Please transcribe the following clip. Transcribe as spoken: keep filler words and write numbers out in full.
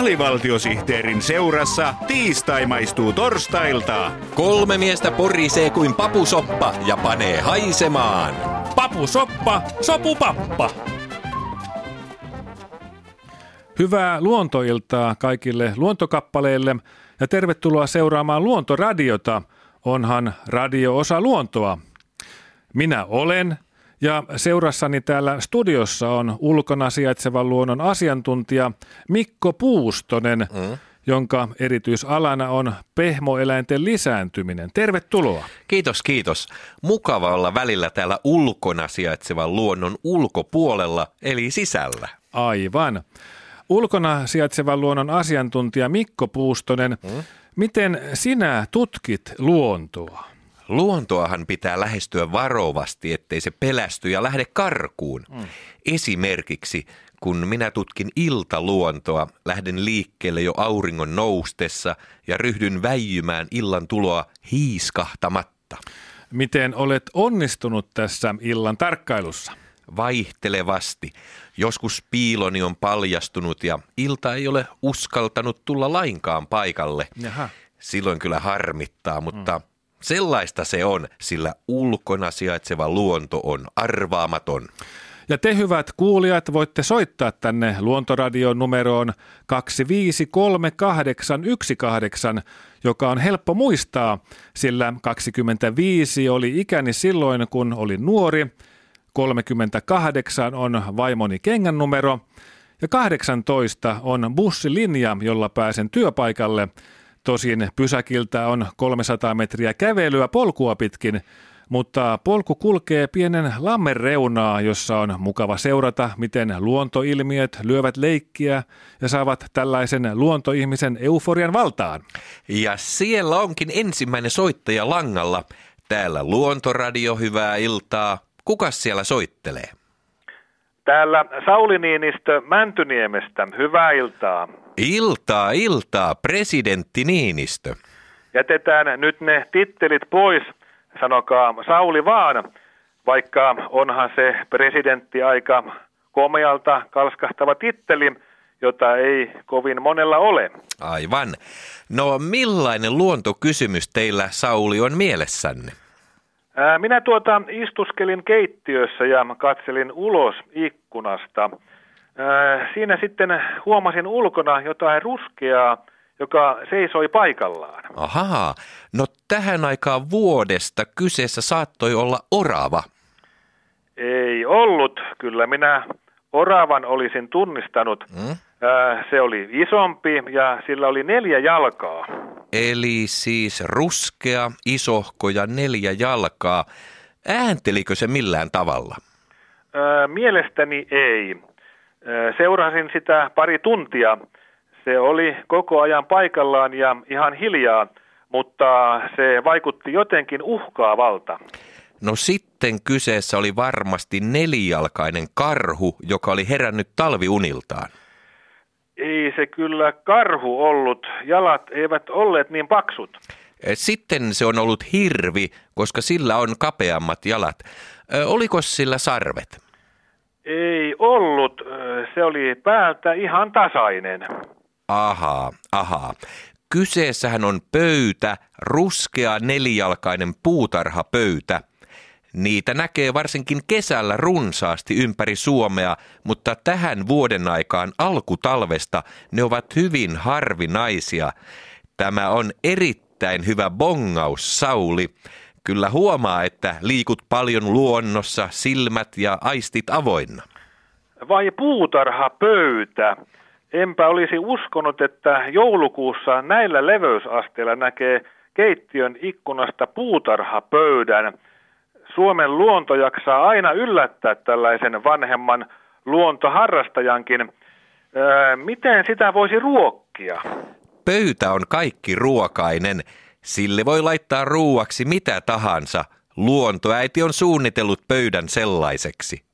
Alivaltiosihteerin seurassa tiistai maistuu torstailta. Kolme miestä porisee kuin papusoppa ja panee haisemaan. Papusoppa, sopupappa. Hyvää luontoiltaa kaikille luontokappaleille ja tervetuloa seuraamaan Luontoradiota. Onhan radio osa luontoa. Minä olen ja seurassani täällä studiossa on ulkona sijaitsevan luonnon asiantuntija Mikko Puustonen, mm. jonka erityisalana on pehmoeläinten lisääntyminen. Tervetuloa. Kiitos, kiitos. Mukava olla välillä täällä ulkona sijaitsevan luonnon ulkopuolella, eli sisällä. Aivan. Ulkona sijaitsevan luonnon asiantuntija Mikko Puustonen, mm. miten sinä tutkit luontoa? Luontoahan pitää lähestyä varovasti, ettei se pelästy ja lähde karkuun. Mm. Esimerkiksi, kun minä tutkin iltaluontoa, lähden liikkeelle jo auringon noustessa ja ryhdyn väijymään illan tuloa hiiskahtamatta. Miten olet onnistunut tässä illan tarkkailussa? Vaihtelevasti. Joskus piiloni on paljastunut ja ilta ei ole uskaltanut tulla lainkaan paikalle. Jaha. Silloin kyllä harmittaa, mutta mm. sellaista se on, sillä ulkona sijaitseva luonto on arvaamaton. Ja te hyvät kuulijat voitte soittaa tänne Luontoradion numeroon kaksi viisi kolme kahdeksan yksi kahdeksan, joka on helppo muistaa, sillä kaksikymmentäviisi oli ikäni silloin, kun olin nuori, kolmekymmentäkahdeksan on vaimoni kengän numero ja kahdeksantoista on bussilinja, jolla pääsen työpaikalle. Tosin pysäkiltä on kolmesataa metriä kävelyä polkua pitkin, mutta polku kulkee pienen lammen reunaa, jossa on mukava seurata, miten luontoilmiöt lyövät leikkiä ja saavat tällaisen luontoihmisen euforian valtaan. Ja siellä onkin ensimmäinen soittaja langalla. Täällä Luontoradio, hyvää iltaa. Kukas siellä soittelee? Täällä Sauli Niinistö Mäntyniemestä. Hyvää iltaa. Iltaa, iltaa, presidentti Niinistö. Jätetään nyt ne tittelit pois, sanokaa Sauli vaan, vaikka onhan se presidentti aika komealta kalskahtava titteli, jota ei kovin monella ole. Aivan. No millainen luontokysymys teillä, Sauli, on mielessänne? Minä tuota istuskelin keittiössä ja katselin ulos ikkunasta. Siinä sitten huomasin ulkona jotain ruskeaa, joka seisoi paikallaan. Ahaa, no tähän aikaan vuodesta kyseessä saattoi olla orava. Ei ollut, kyllä minä oravan olisin tunnistanut. Hmm? Se oli isompi ja sillä oli neljä jalkaa. Eli siis ruskea, isohko ja neljä jalkaa. Ääntelikö se millään tavalla? Ää, mielestäni ei. Ää, seurasin sitä pari tuntia. Se oli koko ajan paikallaan ja ihan hiljaa, mutta se vaikutti jotenkin uhkaavalta. No sitten kyseessä oli varmasti nelijalkainen karhu, joka oli herännyt talviuniltaan. Ei se kyllä karhu ollut. Jalat eivät olleet niin paksut. Sitten se on ollut hirvi, koska sillä on kapeammat jalat. Oliko sillä sarvet? Ei ollut. Se oli päältä ihan tasainen. Ahaa, ahaa. Kyseessähän on pöytä, ruskea nelijalkainen puutarhapöytä. Niitä näkee varsinkin kesällä runsaasti ympäri Suomea, mutta tähän vuoden aikaan alkutalvesta ne ovat hyvin harvinaisia. Tämä on erittäin hyvä bongaus, Sauli. Kyllä huomaa, että liikut paljon luonnossa, silmät ja aistit avoinna. Vai puutarhapöytä? Enpä olisi uskonut, että joulukuussa näillä leveysasteilla näkee keittiön ikkunasta puutarhapöydän. Suomen luonto jaksaa aina yllättää tällaisen vanhemman luontoharrastajankin. Öö, miten sitä voisi ruokkia? Pöytä on kaikki ruokainen. Sille voi laittaa ruuaksi mitä tahansa. Luontoäiti on suunnitellut pöydän sellaiseksi.